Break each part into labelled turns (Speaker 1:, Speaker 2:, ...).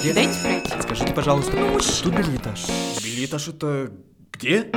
Speaker 1: где?
Speaker 2: Дайте пройти.
Speaker 1: Скажите, пожалуйста,
Speaker 2: Ну,
Speaker 1: тут билетаж. Билетаж это где?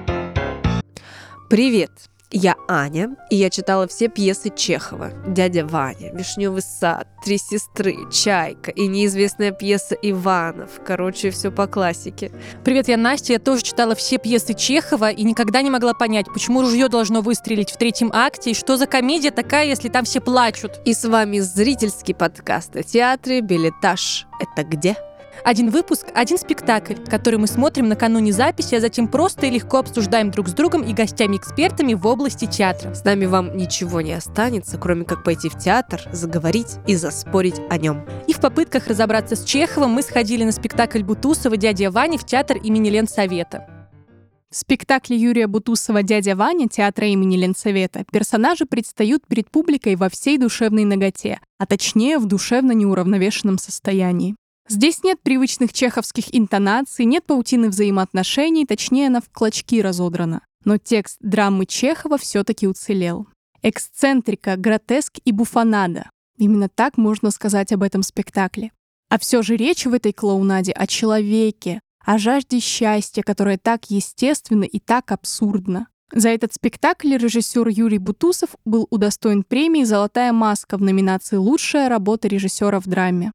Speaker 3: Привет, я Аня, и я читала все пьесы Чехова. «Дядя Ваня», «Вишневый сад», «Три сестры», «Чайка» и неизвестная пьеса «Иванов». Короче, все по классике.
Speaker 2: Привет, я Настя. Я тоже читала все пьесы Чехова и никогда не могла понять, почему ружье должно выстрелить в третьем акте, и что за комедия такая, если там все плачут.
Speaker 3: И с вами зрительский подкаст о театре «Билетаж». Это где?
Speaker 2: Один выпуск, один спектакль, который мы смотрим накануне записи, а затем просто и легко обсуждаем друг с другом и гостями-экспертами в области театра.
Speaker 3: С нами вам ничего не останется, кроме как пойти в театр, заговорить и заспорить о нем.
Speaker 2: И в попытках разобраться с Чеховым мы сходили на спектакль Бутусова «Дядя Ваня» в театр имени Ленсовета.
Speaker 4: В спектакле Юрия Бутусова «Дядя Ваня» театра имени Ленсовета персонажи предстают перед публикой во всей душевной наготе, а точнее в душевно неуравновешенном состоянии. Здесь нет привычных чеховских интонаций, нет паутины взаимоотношений, точнее, она в клочки разодрана. Но текст драмы Чехова все-таки уцелел. Эксцентрика, гротеск и буфонада. Именно так можно сказать об этом спектакле. А все же речь в этой клоунаде о человеке, о жажде счастья, которое так естественно и так абсурдно. За этот спектакль режиссер Юрий Бутусов был удостоен премии «Золотая маска» в номинации «Лучшая работа режиссера в драме».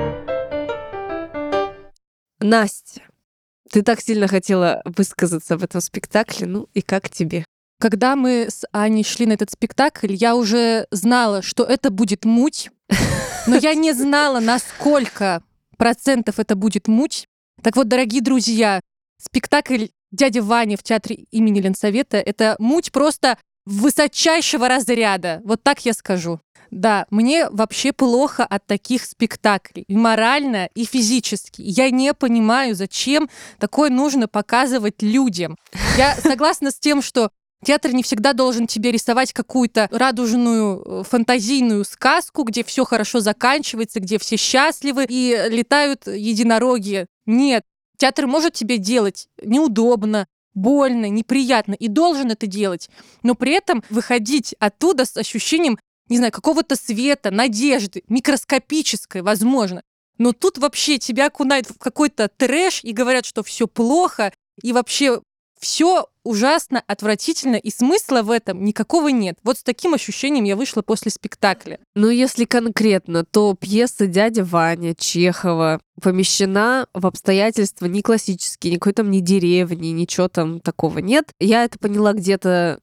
Speaker 3: Настя, ты так сильно хотела высказаться в этом спектакле, ну и как тебе?
Speaker 2: Когда мы с Аней шли на этот спектакль, я уже знала, что это будет муть, но я не знала, на сколько процентов это будет муть. Так вот, дорогие друзья, спектакль «Дядя Ваня» в театре имени Ленсовета — это муть просто высочайшего разряда. Вот так я скажу. Да, мне вообще плохо от таких спектаклей. И морально, и физически. Я не понимаю, зачем такое нужно показывать людям. Я согласна с тем, что театр не всегда должен тебе рисовать какую-то радужную, фантазийную сказку, где все хорошо заканчивается, где все счастливы и летают единороги. Нет, театр может тебе делать неудобно, больно, неприятно, и должен это делать, но при этом выходить оттуда с ощущением, не знаю, какого-то света, надежды, микроскопической, возможно. Но тут вообще тебя окунают в какой-то трэш и говорят, что все плохо, и вообще все ужасно, отвратительно, и смысла в этом никакого нет. Вот с таким ощущением я вышла после спектакля.
Speaker 3: Ну, если конкретно, то пьеса «Дядя Ваня» Чехова помещена в обстоятельства не классические, никакой там ни деревни, ничего там такого нет. Я это поняла где-то,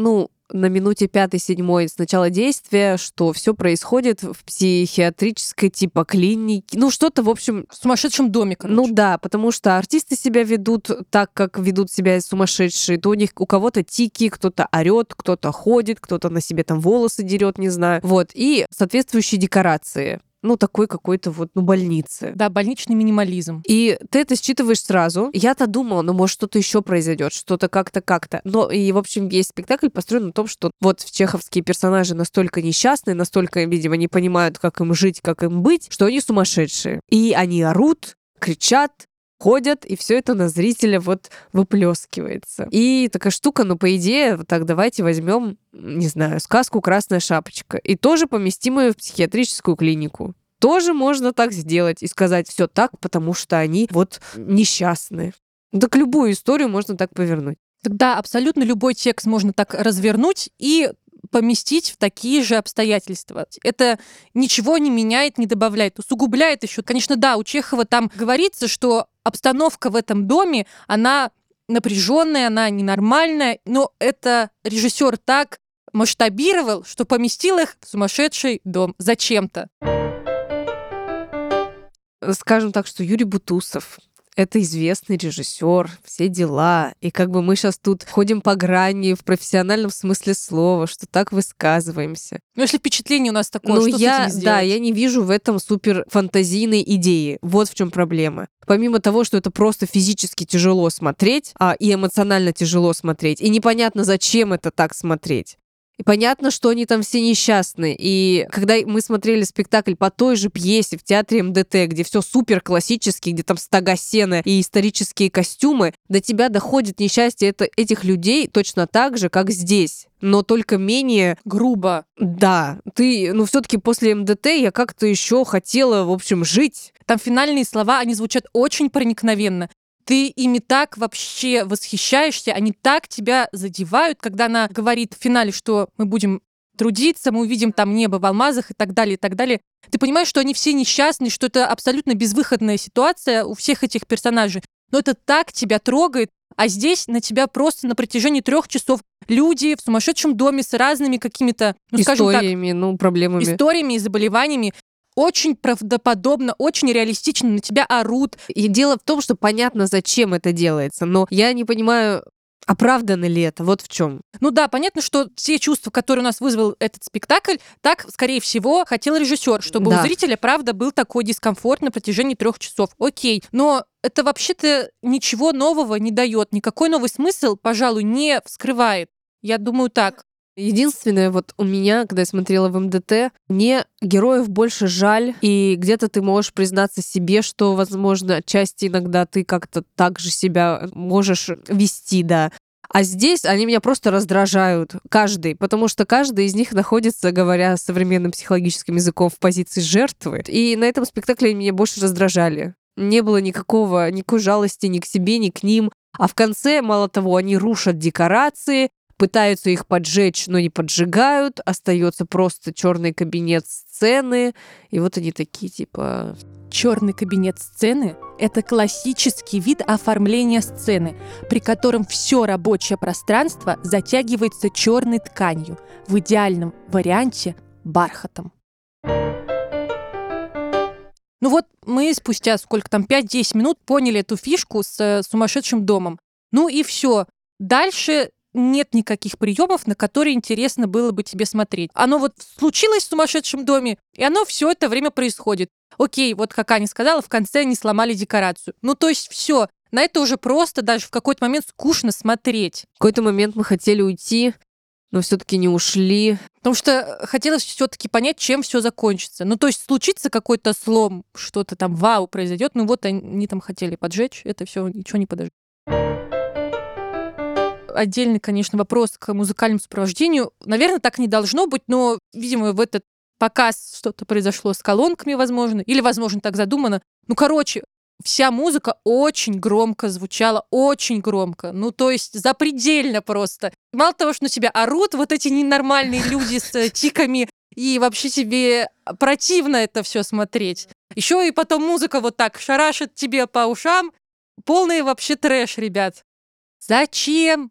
Speaker 3: на минуте 5-7 с начала действия, что все происходит в психиатрической типа клинике. Что-то, в общем...
Speaker 2: В сумасшедшем доме, короче.
Speaker 3: Ну да, потому что артисты себя ведут так, как ведут себя сумасшедшие. То у кого-то тики, кто-то орет, кто-то ходит, кто-то на себе там волосы дерет, не знаю. Вот. И соответствующие декорации. Такой какой-то больницы.
Speaker 2: Да, больничный минимализм.
Speaker 3: И ты это считываешь сразу. Я-то думала, может, что-то еще произойдет, что-то как-то. Но и, в общем, весь спектакль построен на том, что вот чеховские персонажи настолько несчастные, настолько, видимо, не понимают, как им жить, как им быть, что они сумасшедшие. И они орут, кричат, ходят, и все это на зрителя выплескивается. И такая штука, по идее, так давайте возьмем, не знаю, сказку «Красная шапочка» и тоже поместим ее в психиатрическую клинику. Тоже можно так сделать и сказать все так, потому что они несчастные. Так любую историю можно так повернуть.
Speaker 2: Тогда абсолютно любой текст можно так развернуть и поместить в такие же обстоятельства. Это ничего не меняет, не добавляет, усугубляет еще. Конечно, да, у Чехова там говорится, что обстановка в этом доме, она напряженная, она ненормальная, но это режиссер так масштабировал, что поместил их в сумасшедший дом зачем-то.
Speaker 3: Скажем так, что Юрий Бутусов — это известный режиссер, все дела. И мы сейчас тут ходим по грани в профессиональном смысле слова, что так высказываемся.
Speaker 2: Если впечатление у нас такое, что с этим сделать?
Speaker 3: Да, я не вижу в этом супер фантазийной идеи. Вот в чем проблема. Помимо того, что это просто физически тяжело смотреть, и эмоционально тяжело смотреть, и непонятно, зачем это так смотреть. И понятно, что они там все несчастны. И когда мы смотрели спектакль по той же пьесе в театре МДТ, где все супер классически, где там стога сена и исторические костюмы, до тебя доходит несчастье этих людей точно так же, как здесь. Но только менее...
Speaker 2: Грубо.
Speaker 3: Да, все-таки после МДТ я как-то еще хотела, в общем, жить.
Speaker 2: Там финальные слова, они звучат очень проникновенно. Ты ими так вообще восхищаешься, они так тебя задевают, когда она говорит в финале, что мы будем трудиться, мы увидим там небо в алмазах и так далее, и так далее. Ты понимаешь, что они все несчастны, что это абсолютно безвыходная ситуация у всех этих персонажей. Но это так тебя трогает, а здесь на тебя просто на протяжении 3 часов люди в сумасшедшем доме с разными какими-то,
Speaker 3: историями, проблемами.
Speaker 2: Историями и заболеваниями. Очень правдоподобно, очень реалистично на тебя орут.
Speaker 3: И дело в том, что понятно, зачем это делается, но я не понимаю, оправдано ли это, вот в чем.
Speaker 2: Ну да, понятно, что те чувства, которые у нас вызвал этот спектакль, так, скорее всего, хотел режиссер, чтобы у зрителя, правда, был такой дискомфорт на протяжении 3 часов. Окей, но это вообще-то ничего нового не дает, никакой новый смысл, пожалуй, не вскрывает. Я думаю так.
Speaker 3: Единственное, вот у меня, когда я смотрела в МДТ, мне героев больше жаль, и где-то ты можешь признаться себе, что, возможно, отчасти иногда ты как-то так же себя можешь вести, да. А здесь они меня просто раздражают, каждый, потому что каждый из них находится, говоря современным психологическим языком, в позиции жертвы. И на этом спектакле они меня больше раздражали. Не было никакой жалости ни к себе, ни к ним. А в конце, мало того, они рушат декорации, пытаются их поджечь, но не поджигают, остается просто черный кабинет сцены, и вот они такие типа...
Speaker 2: Черный кабинет сцены — это классический вид оформления сцены, при котором все рабочее пространство затягивается черной тканью, в идеальном варианте бархатом. Ну вот мы спустя 5-10 минут поняли эту фишку с сумасшедшим домом. Ну и все. Дальше нет никаких приемов, на которые интересно было бы тебе смотреть. Оно вот случилось в сумасшедшем доме, и оно все это время происходит. Окей, вот как Аня сказала, в конце они сломали декорацию. Ну то есть все. На это уже просто даже в какой-то момент скучно смотреть.
Speaker 3: В какой-то момент мы хотели уйти, но все-таки не ушли.
Speaker 2: Потому что хотелось все-таки понять, чем все закончится. Ну, то есть случится какой-то слом, что-то там вау произойдет. Ну вот они там хотели поджечь, это все ничего не подождет. Отдельный, конечно, вопрос к музыкальному сопровождению. Наверное, так не должно быть, но, видимо, в этот показ что-то произошло с колонками, возможно, или, возможно, так задумано. Ну, короче, вся музыка очень громко звучала, очень громко. Ну, то есть запредельно просто. Мало того, что на тебя орут вот эти ненормальные люди с тиками, и вообще тебе противно это все смотреть. Еще и потом музыка вот так шарашит тебе по ушам. Полный вообще трэш, ребят. Зачем?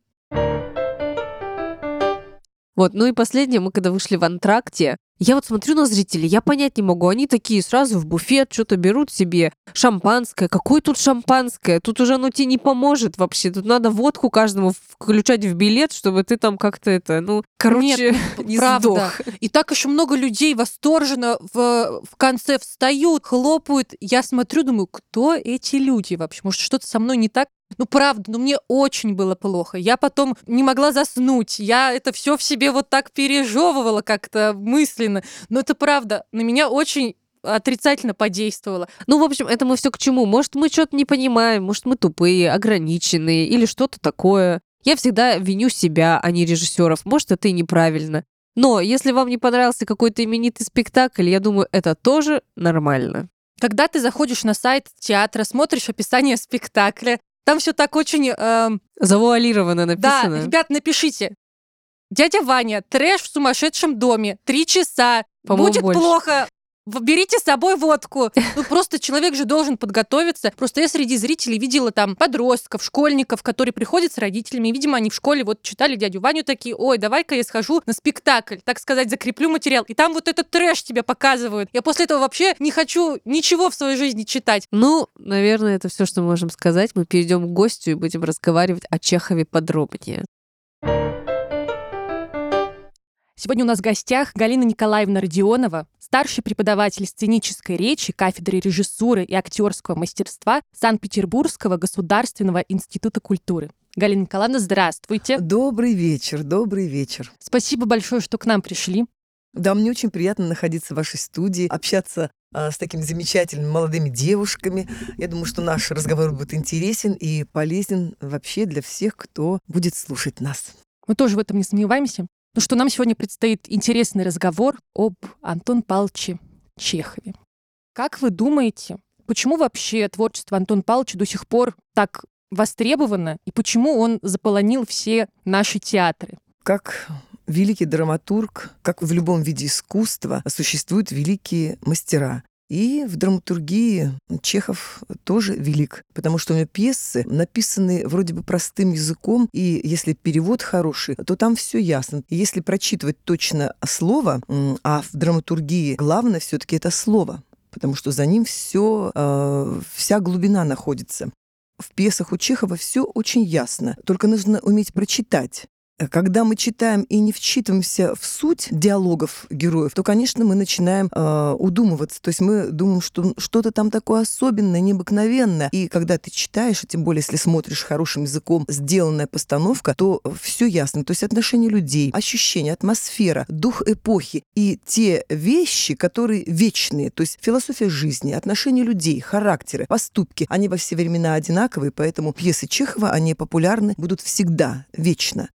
Speaker 3: Вот, ну и последнее, мы когда вышли в антракте, я вот смотрю на зрителей, я понять не могу, они такие сразу в буфет что-то берут себе, шампанское. Какое тут шампанское? Тут уже оно тебе не поможет вообще. Тут надо водку каждому включать в билет, чтобы ты там как-то
Speaker 2: Нет,
Speaker 3: не
Speaker 2: правда.
Speaker 3: сдох.
Speaker 2: И так еще много людей восторженно в конце встают, хлопают. Я смотрю, думаю, кто эти люди вообще? Может, что-то со мной не так? Ну, правда, мне очень было плохо. Я потом не могла заснуть. Я это все в себе вот так пережевывала как-то мысленно. Но это правда, на меня очень отрицательно подействовало.
Speaker 3: Ну, в общем, это мы все к чему? Может, мы что-то не понимаем, может, мы тупые, ограниченные или что-то такое. Я всегда виню себя, а не режиссеров. Может, это и неправильно. Но если вам не понравился какой-то именитый спектакль, я думаю, это тоже нормально.
Speaker 2: Когда ты заходишь на сайт театра, смотришь описание спектакля, там все так очень...
Speaker 3: Завуалированно написано.
Speaker 2: Да, ребят, напишите. Дядя Ваня, трэш в сумасшедшем доме, 3 часа,
Speaker 3: По-моему,
Speaker 2: будет
Speaker 3: больше.
Speaker 2: плохо. Берите с собой водку. Ну, просто человек же должен подготовиться. Просто я среди зрителей видела там подростков, школьников, которые приходят с родителями. И, видимо, они в школе вот читали дядю Ваню такие: ой, давай-ка я схожу на спектакль, так сказать, закреплю материал. И там вот этот трэш тебе показывают. Я после этого вообще не хочу ничего в своей жизни читать.
Speaker 3: Ну, наверное, это все, что мы можем сказать. Мы перейдем к гостю и будем разговаривать о Чехове подробнее.
Speaker 2: Сегодня у нас в гостях Галина Николаевна Родионова, старший преподаватель сценической речи кафедры режиссуры и актерского мастерства Санкт-Петербургского государственного института культуры. Галина Николаевна, здравствуйте.
Speaker 5: Добрый вечер, добрый вечер.
Speaker 2: Спасибо большое, что к нам пришли.
Speaker 5: Да, мне очень приятно находиться в вашей студии, общаться с такими замечательными молодыми девушками. Я думаю, что наш разговор будет интересен и полезен вообще для всех, кто будет слушать нас.
Speaker 2: Мы тоже в этом не сомневаемся. Ну что, нам сегодня предстоит интересный разговор об Антоне Павловиче Чехове. Как вы думаете, почему вообще творчество Антона Павловича до сих пор так востребовано, и почему он заполонил все наши театры?
Speaker 5: Как великий драматург, как в любом виде искусства, существуют великие мастера. И в драматургии Чехов тоже велик, потому что у него пьесы написаны вроде бы простым языком, и если перевод хороший, то там все ясно. И если прочитывать точно слово, а в драматургии главное все-таки это слово, потому что за ним вся глубина находится. В пьесах у Чехова все очень ясно, только нужно уметь прочитать. Когда мы читаем и не вчитываемся в суть диалогов героев, то, конечно, мы начинаем удумываться. То есть мы думаем, что что-то там такое особенное, необыкновенное. И когда ты читаешь, и тем более, если смотришь хорошим языком сделанная постановка, то все ясно. То есть отношения людей, ощущения, атмосфера, дух эпохи и те вещи, которые вечные. То есть философия жизни, отношения людей, характеры, поступки, они во все времена одинаковые, поэтому пьесы Чехова, они популярны, будут всегда, вечно.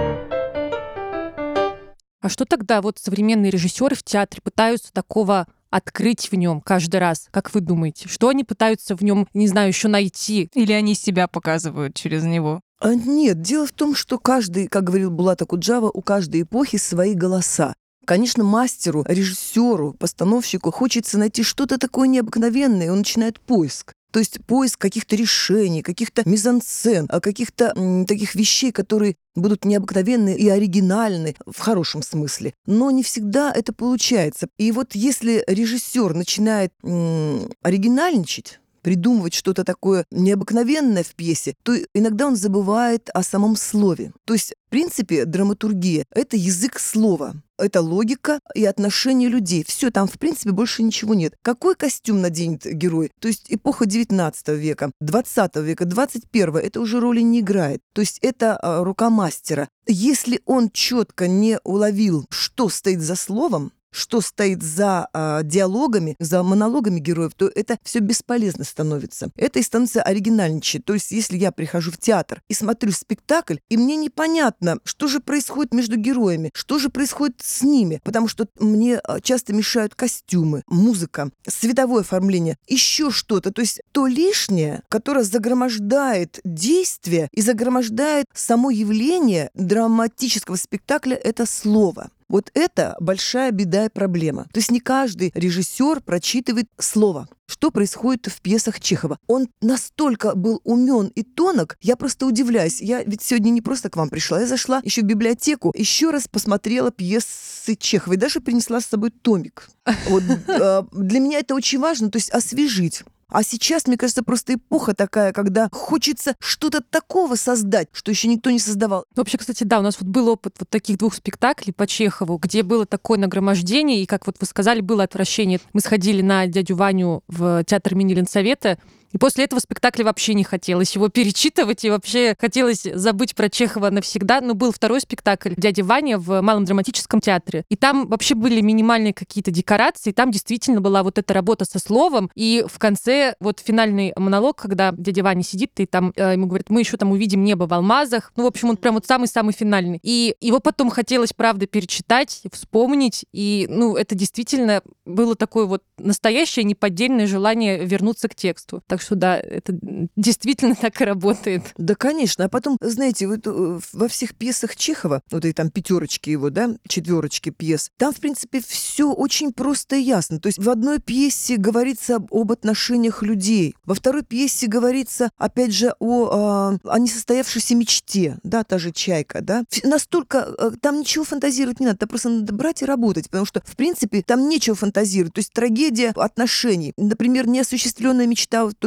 Speaker 2: А что тогда вот современные режиссеры в театре пытаются такого открыть в нем каждый раз? Как вы думаете? Что они пытаются в нем, не знаю, еще найти?
Speaker 3: Или они себя показывают через него?
Speaker 5: Нет, дело в том, что каждый, как говорил Булат Акуджава, у каждой эпохи свои голоса. Конечно, мастеру, режиссеру, постановщику хочется найти что-то такое необыкновенное, и он начинает поиск. То есть поиск каких-то решений, каких-то мизансцен, каких-то таких вещей, которые будут необыкновенны и оригинальны в хорошем смысле. Но не всегда это получается. И вот если режиссер начинает оригинальничать, придумывать что-то такое необыкновенное в пьесе, то иногда он забывает о самом слове. То есть, в принципе, драматургия — это язык слова. Это логика и отношения людей. Все, там, в принципе, больше ничего нет. Какой костюм наденет герой? То есть эпоха 19 века, 20 века, 21 это уже роли не играет. То есть это рука мастера. Если он четко не уловил, что стоит за словом, что стоит за диалогами, за монологами героев, то это все бесполезно становится. Это и становится оригинальничать. То есть если я прихожу в театр и смотрю спектакль, и мне непонятно, что же происходит между героями, что же происходит с ними, потому что мне часто мешают костюмы, музыка, световое оформление, еще что-то. То есть то лишнее, которое загромождает действие и загромождает само явление драматического спектакля, это слово. Вот это большая беда и проблема. То есть не каждый режиссер прочитывает слово. Что происходит в пьесах Чехова? Он настолько был умен и тонок, я просто удивляюсь. Я ведь сегодня не просто к вам пришла, я зашла еще в библиотеку, еще раз посмотрела пьесы Чехова и даже принесла с собой томик. Вот, для меня это очень важно, то есть освежить. А сейчас, мне кажется, просто эпоха такая, когда хочется что-то такого создать, что еще никто не создавал.
Speaker 2: Вообще, кстати, да, у нас вот был опыт вот таких 2 спектаклей по Чехову, где было такое нагромождение, и, как вот вы сказали, было отвращение. Мы сходили на «Дядю Ваню» в театр имени Ленсовета, и после этого спектакля вообще не хотелось его перечитывать, и вообще хотелось забыть про Чехова навсегда. Но был второй спектакль «Дядя Ваня» в Малом драматическом театре. И там вообще были минимальные какие-то декорации, там действительно была вот эта работа со словом. И в конце вот финальный монолог, когда дядя Ваня сидит, и там ему говорят, мы еще там увидим небо в алмазах. Ну, в общем, он прям вот самый-самый финальный. И его потом хотелось, правда, перечитать, вспомнить. И, ну, это действительно было такое вот настоящее неподдельное желание вернуться к тексту. Так что да, это действительно так и работает.
Speaker 5: Да, конечно. А потом, знаете, вот во всех пьесах Чехова, вот эти там 5 его, да, 4 пьес, там, в принципе, все очень просто и ясно. То есть в одной пьесе говорится об отношениях людей, во второй пьесе говорится, опять же, о несостоявшейся мечте, да, та же «Чайка», да. Настолько там ничего фантазировать не надо, просто надо брать и работать, потому что, в принципе, там нечего фантазировать. То есть трагедия отношений, например, неосуществленная мечта той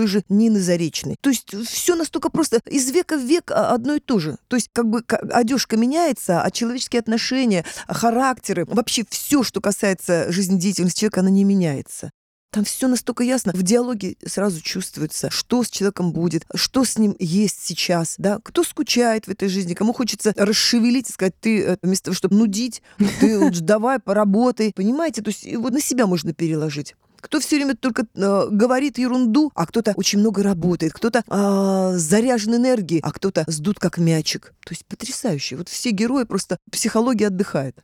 Speaker 5: той же Нины Заречной. То есть все настолько просто. Из века в век одно и то же. То есть как бы одежка меняется, а человеческие отношения, характеры, вообще все, что касается жизнедеятельности человека, она не меняется. Там все настолько ясно. В диалоге сразу чувствуется, что с человеком будет, что с ним есть сейчас, да, кто скучает в этой жизни, кому хочется расшевелить и сказать, ты вместо того, чтобы нудить, ты лучше давай поработай. Понимаете? То есть вот на себя можно переложить. Кто все время только говорит ерунду, а кто-то очень много работает, кто-то заряжен энергией, а кто-то сдут как мячик. То есть потрясающе. Вот все герои просто психология отдыхает.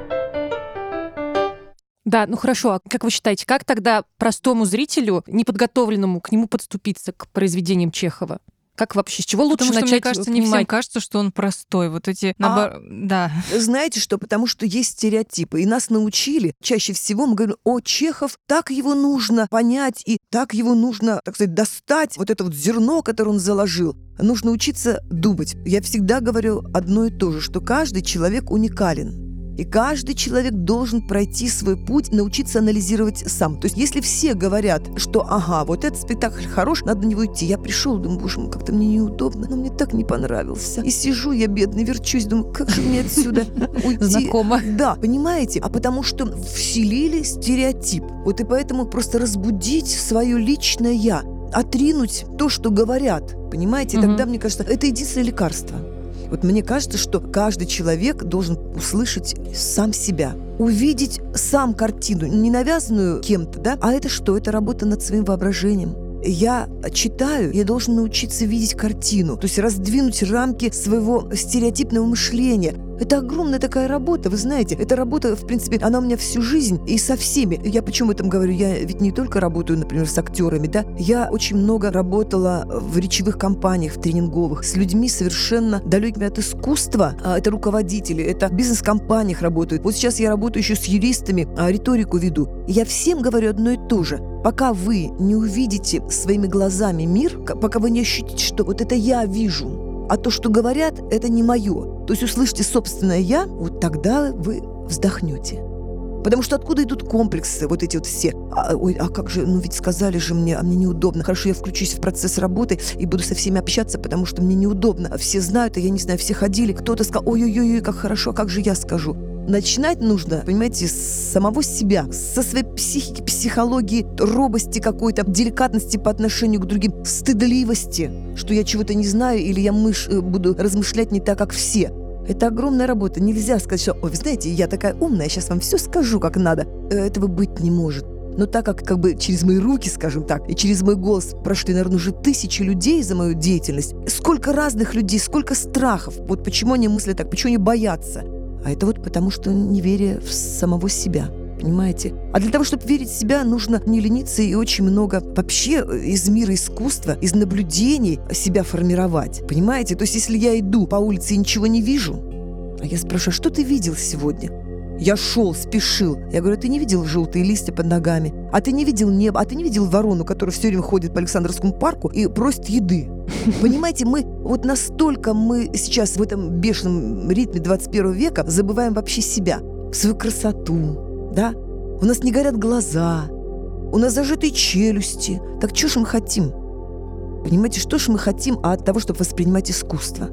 Speaker 2: Да, ну хорошо, а как вы считаете, как тогда простому зрителю, неподготовленному к нему подступиться к произведениям Чехова? Как вообще, с чего лучше
Speaker 6: Потому что,
Speaker 2: начать
Speaker 6: мне кажется, не всем
Speaker 2: понимать?
Speaker 6: кажется, что он простой. Вот эти... Да.
Speaker 5: Знаете что? Потому что есть стереотипы. И нас научили, чаще всего мы говорим, о, Чехов, так его нужно понять, и так его нужно, так сказать, достать, вот это вот зерно, которое он заложил. Нужно учиться думать. Я всегда говорю одно и то же, что каждый человек уникален. И каждый человек должен пройти свой путь, научиться анализировать сам. То есть если все говорят, что ага, вот этот спектакль хорош, надо на него идти. Я пришел, думаю, боже мой, как-то мне неудобно, но мне так не понравился. И сижу я, бедный, верчусь, думаю, как же мне отсюда уйти?
Speaker 2: Знакомо.
Speaker 5: Да, понимаете? А потому что вселили стереотип. Вот и поэтому просто разбудить свое личное «я», отринуть то, что говорят. Понимаете? Тогда, мне кажется, это единственное лекарство. Вот мне кажется, что каждый человек должен услышать сам себя, увидеть сам картину, не навязанную кем-то, да? А это что? Это работа над своим воображением. Я читаю, я должен научиться видеть картину, то есть раздвинуть рамки своего стереотипного мышления. Это огромная такая работа, вы знаете. Эта работа, в принципе, она у меня всю жизнь и со всеми. Я почему этом говорю? Я ведь не только работаю, например, с актерами, да? Я очень много работала в речевых компаниях, в тренинговых, с людьми совершенно далекими от искусства. Это руководители, это в бизнес-компаниях работают. Вот сейчас я работаю еще с юристами, риторику веду. И я всем говорю одно и то же. Пока вы не увидите своими глазами мир, пока вы не ощутите, что вот это я вижу, а то, что говорят, это не мое. То есть услышите собственное «я», вот тогда вы вздохнете. Потому что откуда идут комплексы, вот эти вот все? А как же, ну ведь сказали же мне, а мне неудобно. Хорошо, я включусь в процесс работы и буду со всеми общаться, потому что мне неудобно. Все знают, а я не знаю, все ходили. Кто-то сказал, ой-ой-ой, как хорошо, а как же я скажу? Начинать нужно, понимаете, с самого себя, со своей психики, психологии, робости какой-то, деликатности по отношению к другим, стыдливости, что я чего-то не знаю или я буду размышлять не так, как все. Это огромная работа. Нельзя сказать, что, ой, вы знаете, я такая умная, я сейчас вам все скажу, как надо. Этого быть не может. Но так как бы через мои руки, скажем так, и через мой голос прошли, наверное, уже тысячи людей за мою деятельность, сколько разных людей, сколько страхов. Вот почему они мыслят так, почему они боятся. А это вот потому, что неверие в самого себя, понимаете? А для того, чтобы верить в себя, нужно не лениться и очень много вообще из мира искусства, из наблюдений себя формировать, понимаете? То есть если я иду по улице и ничего не вижу, а я спрашиваю, что ты видел сегодня? Я шел, спешил. Я говорю, ты не видел желтые листья под ногами? А ты не видел небо? А ты не видел ворону, которая все время ходит по Александровскому парку и просит еды? Понимаете, мы настолько сейчас в этом бешеном ритме 21 века забываем вообще себя, свою красоту, да? У нас не горят глаза, у нас зажатые челюсти. Так что ж мы хотим? Понимаете, что ж мы хотим от того, чтобы воспринимать искусство?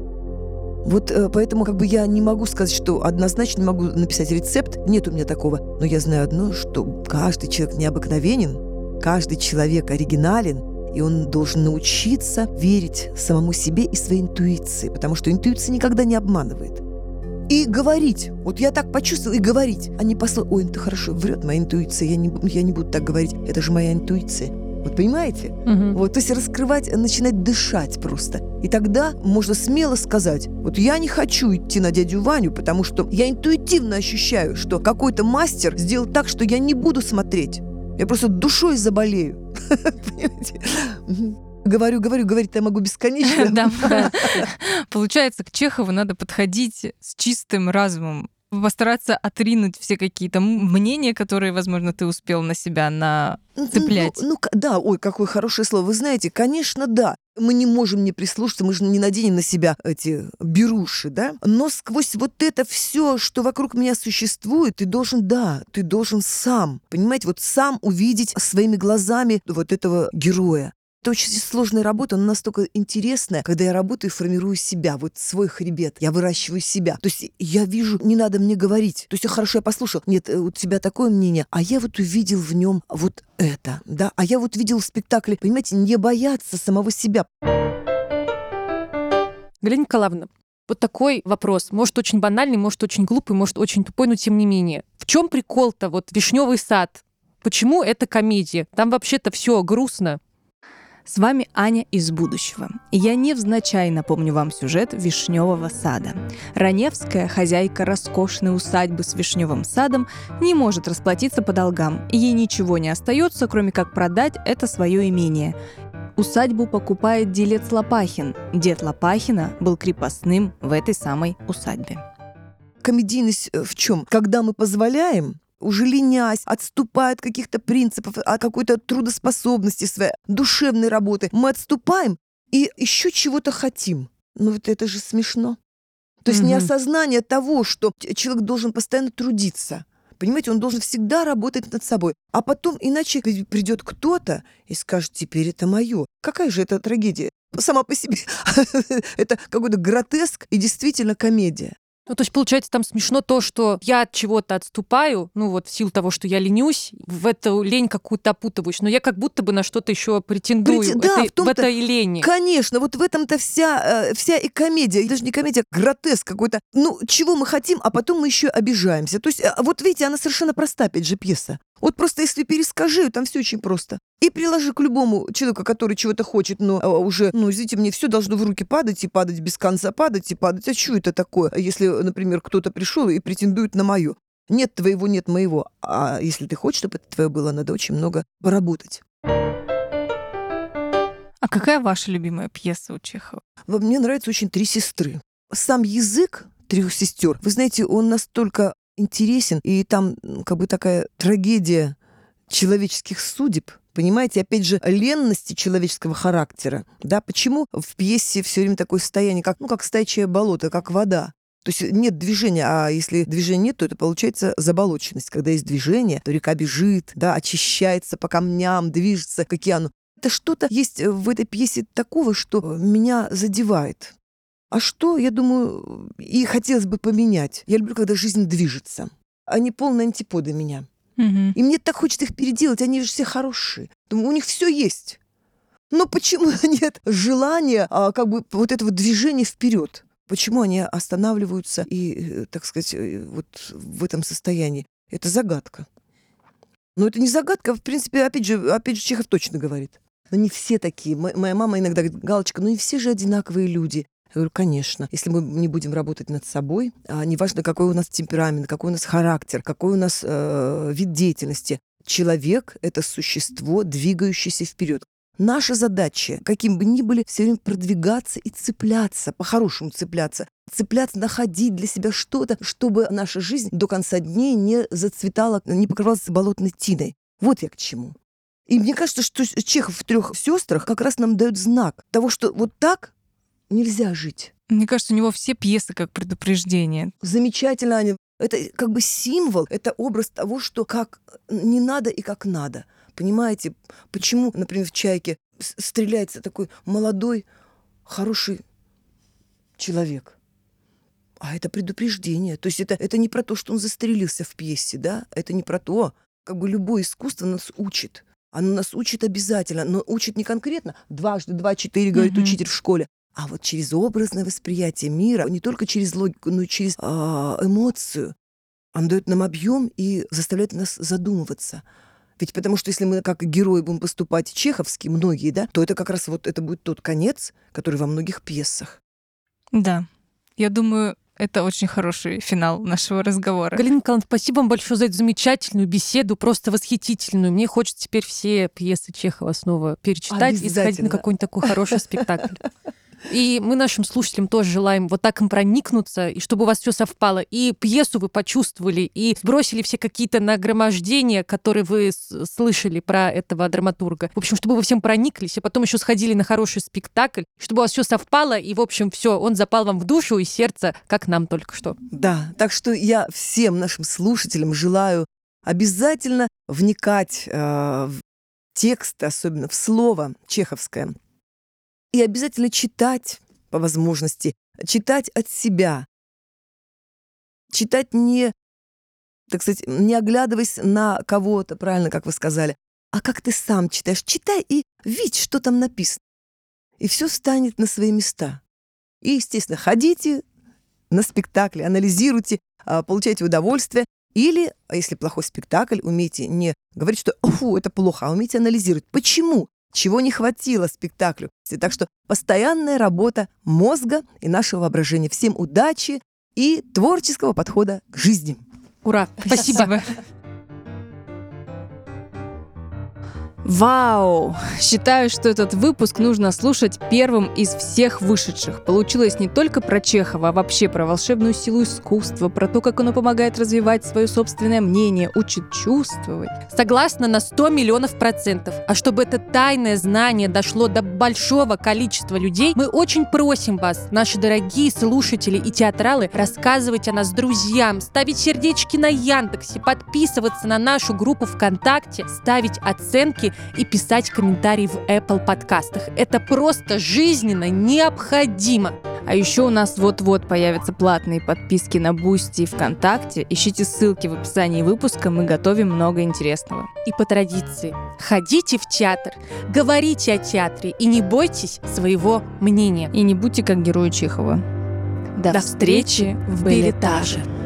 Speaker 5: Вот поэтому как бы я не могу сказать, что однозначно не могу написать рецепт. Нет у меня такого. Но я знаю одно, что каждый человек необыкновенен, каждый человек оригинален, и он должен научиться верить самому себе и своей интуиции, потому что интуиция никогда не обманывает. И говорить. Вот я так почувствовала, и говорить. А не послать, ой, это хорошо, врет моя интуиция, я не буду так говорить, это же моя интуиция. Вот понимаете? Вот, то есть раскрывать, начинать дышать просто. И тогда можно смело сказать, вот я не хочу идти на дядю Ваню, потому что я интуитивно ощущаю, что какой-то мастер сделал так, что я не буду смотреть. Я просто душой заболею. Понимаете? Говорю, говорить я могу бесконечно.
Speaker 6: Да. Получается, к Чехову надо подходить с чистым разумом, постараться отринуть все какие-то мнения, которые, возможно, ты успел на себя нацеплять.
Speaker 5: Да, ой, какое хорошее слово. Вы знаете, конечно, да. Мы не можем не прислушаться, мы же не наденем на себя эти беруши, да? Но сквозь вот это все, что вокруг меня существует, ты должен сам, понимаете, вот сам увидеть своими глазами вот этого героя. Это очень сложная работа, но настолько интересная, когда я работаю и формирую себя, вот свой хребет, я выращиваю себя. То есть я вижу, не надо мне говорить. То есть хорошо, я послушал, нет, у тебя такое мнение, а я вот увидел в нем вот это, да, а я вот видел в спектакле, понимаете, не бояться самого себя.
Speaker 2: Галина Николаевна, вот такой вопрос. Может, очень банальный, может, очень глупый, может, очень тупой, но тем не менее. В чем прикол-то? Вот «Вишневый сад». Почему это комедия? Там вообще-то все грустно.
Speaker 6: С вами Аня из будущего. И я невзначай напомню вам сюжет «Вишневого сада». Раневская, хозяйка роскошной усадьбы с вишневым садом, не может расплатиться по долгам. И ей ничего не остается, кроме как продать это свое имение. Усадьбу покупает делец Лопахин. Дед Лопахина был крепостным в этой самой усадьбе.
Speaker 5: Комедийность в чем? Когда мы позволяем, уже ленясь, отступая от каких-то принципов, от какой-то трудоспособности своей, душевной работы, мы отступаем и еще чего-то хотим. Ну вот это же смешно. То есть неосознание того, что человек должен постоянно трудиться. Понимаете, он должен всегда работать над собой. А потом иначе придет кто-то и скажет, теперь это мое. Какая же это трагедия? Сама по себе. Это какой-то гротеск и действительно комедия.
Speaker 2: Ну, то есть, получается, там смешно то, что я от чего-то отступаю, ну вот в силу того, что я ленюсь, в эту лень какую-то опутываюсь, но я как будто бы на что-то еще претендую
Speaker 5: Да,
Speaker 2: в этой лени.
Speaker 5: Конечно, вот в этом-то вся и комедия, даже не комедия, а гротеск какой-то. Ну, чего мы хотим, а потом мы еще обижаемся. То есть, вот видите, она совершенно проста, опять же, пьеса. Вот просто если перескажи, там все очень просто. И приложи к любому человеку, который чего-то хочет, но уже, извините, мне все должно в руки падать, и падать без конца, падать и падать. А что это такое, если, например, кто-то пришел и претендует на мое? Нет твоего, нет моего. А если ты хочешь, чтобы это твое было, надо очень много поработать.
Speaker 6: А какая ваша любимая пьеса у Чехова?
Speaker 5: Мне нравится очень «Три сестры». Сам язык трех сестер, вы знаете, он настолько интересен, и там как бы такая трагедия человеческих судеб, понимаете, опять же, ленности человеческого характера, да, почему в пьесе все время такое состояние, как стоячее болото, как вода. То есть нет движения, а если движения нет, то это получается заболоченность. Когда есть движение, то река бежит, да, очищается по камням, движется к океану. Это что-то есть в этой пьесе такого, что меня задевает. А что, я думаю, и хотелось бы поменять. Я люблю, когда жизнь движется. Они полные антиподы меня. И мне так хочется их переделать, они же все хорошие. Думаю, у них все есть. Но почему нет желания, как бы вот этого движения вперед? Почему они останавливаются и, так сказать, вот в этом состоянии? Это загадка. Но это не загадка, в принципе, опять же, Чехов точно говорит. Но не все такие. Моя мама иногда говорит, Галочка, ну и все же одинаковые люди. Я говорю, конечно, если мы не будем работать над собой, неважно, какой у нас темперамент, какой у нас характер, какой у нас вид деятельности, человек — это существо, двигающееся вперед. Наша задача, каким бы ни были, все время продвигаться и цепляться, по-хорошему цепляться, находить для себя что-то, чтобы наша жизнь до конца дней не зацветала, не покрывалась болотной тиной. Вот я к чему. И мне кажется, что Чехов в «Трех сестрах» как раз нам дает знак того, что вот так нельзя жить.
Speaker 6: Мне кажется, у него все пьесы как предупреждение.
Speaker 5: Замечательно, Аня. Это как бы символ, это образ того, что как не надо и как надо. Понимаете, почему, например, в «Чайке» стреляется такой молодой, хороший человек? А это предупреждение. То есть это не про то, что он застрелился в пьесе, да? Это не про то. Как бы любое искусство нас учит. Оно нас учит обязательно, но учит не конкретно. 2 × 2 = 4, говорит учитель в школе. А вот через образное восприятие мира, не только через логику, но и через эмоцию. Он дает нам объем и заставляет нас задумываться. Ведь потому что если мы как герои будем поступать чеховски, многие, да, то это как раз вот это будет тот конец, который во многих пьесах.
Speaker 6: Да, я думаю, это очень хороший финал нашего разговора.
Speaker 2: Галина Николаевна, спасибо вам большое за эту замечательную беседу, просто восхитительную. Мне хочется теперь все пьесы Чехова снова перечитать и сходить на какой-нибудь такой хороший спектакль. И мы нашим слушателям тоже желаем вот так им проникнуться, и чтобы у вас все совпало. И пьесу вы почувствовали, и сбросили все какие-то нагромождения, которые вы слышали про этого драматурга. В общем, чтобы вы всем прониклись, и потом еще сходили на хороший спектакль, чтобы у вас все совпало, и, в общем, все, он запал вам в душу и сердце, как нам только что.
Speaker 5: Да, так что я всем нашим слушателям желаю обязательно вникать в тексты, особенно в слово чеховское. И обязательно читать по возможности, читать от себя. Читать не, так сказать, не оглядываясь на кого-то, правильно, как вы сказали, а как ты сам читаешь. Читай и видь, что там написано. И все встанет на свои места. И, естественно, ходите на спектакли, анализируйте, получайте удовольствие. Или, если плохой спектакль, умейте не говорить, что «фу, это плохо», а умейте анализировать. Почему? Чего не хватило спектаклю? Так что постоянная работа мозга и нашего воображения. Всем удачи и творческого подхода к жизни.
Speaker 2: Ура! Спасибо.
Speaker 6: Вау! Считаю, что этот выпуск нужно слушать первым из всех вышедших. Получилось не только про Чехова, а вообще про волшебную силу искусства, про то, как оно помогает развивать свое собственное мнение, учит чувствовать.
Speaker 2: Согласна на 100 миллионов %. А чтобы это тайное знание дошло до большого количества людей, мы очень просим вас, наши дорогие слушатели и театралы, рассказывать о нас друзьям, ставить сердечки на Яндексе, подписываться на нашу группу ВКонтакте, ставить оценки и писать комментарии в Apple подкастах. Это просто жизненно необходимо.
Speaker 6: А еще у нас вот-вот появятся платные подписки на Boosty и ВКонтакте. Ищите ссылки в описании выпуска, мы готовим много интересного.
Speaker 2: И по традиции, ходите в театр, говорите о театре и не бойтесь своего мнения.
Speaker 6: И не будьте как герои Чехова.
Speaker 2: До встречи в Белетаже.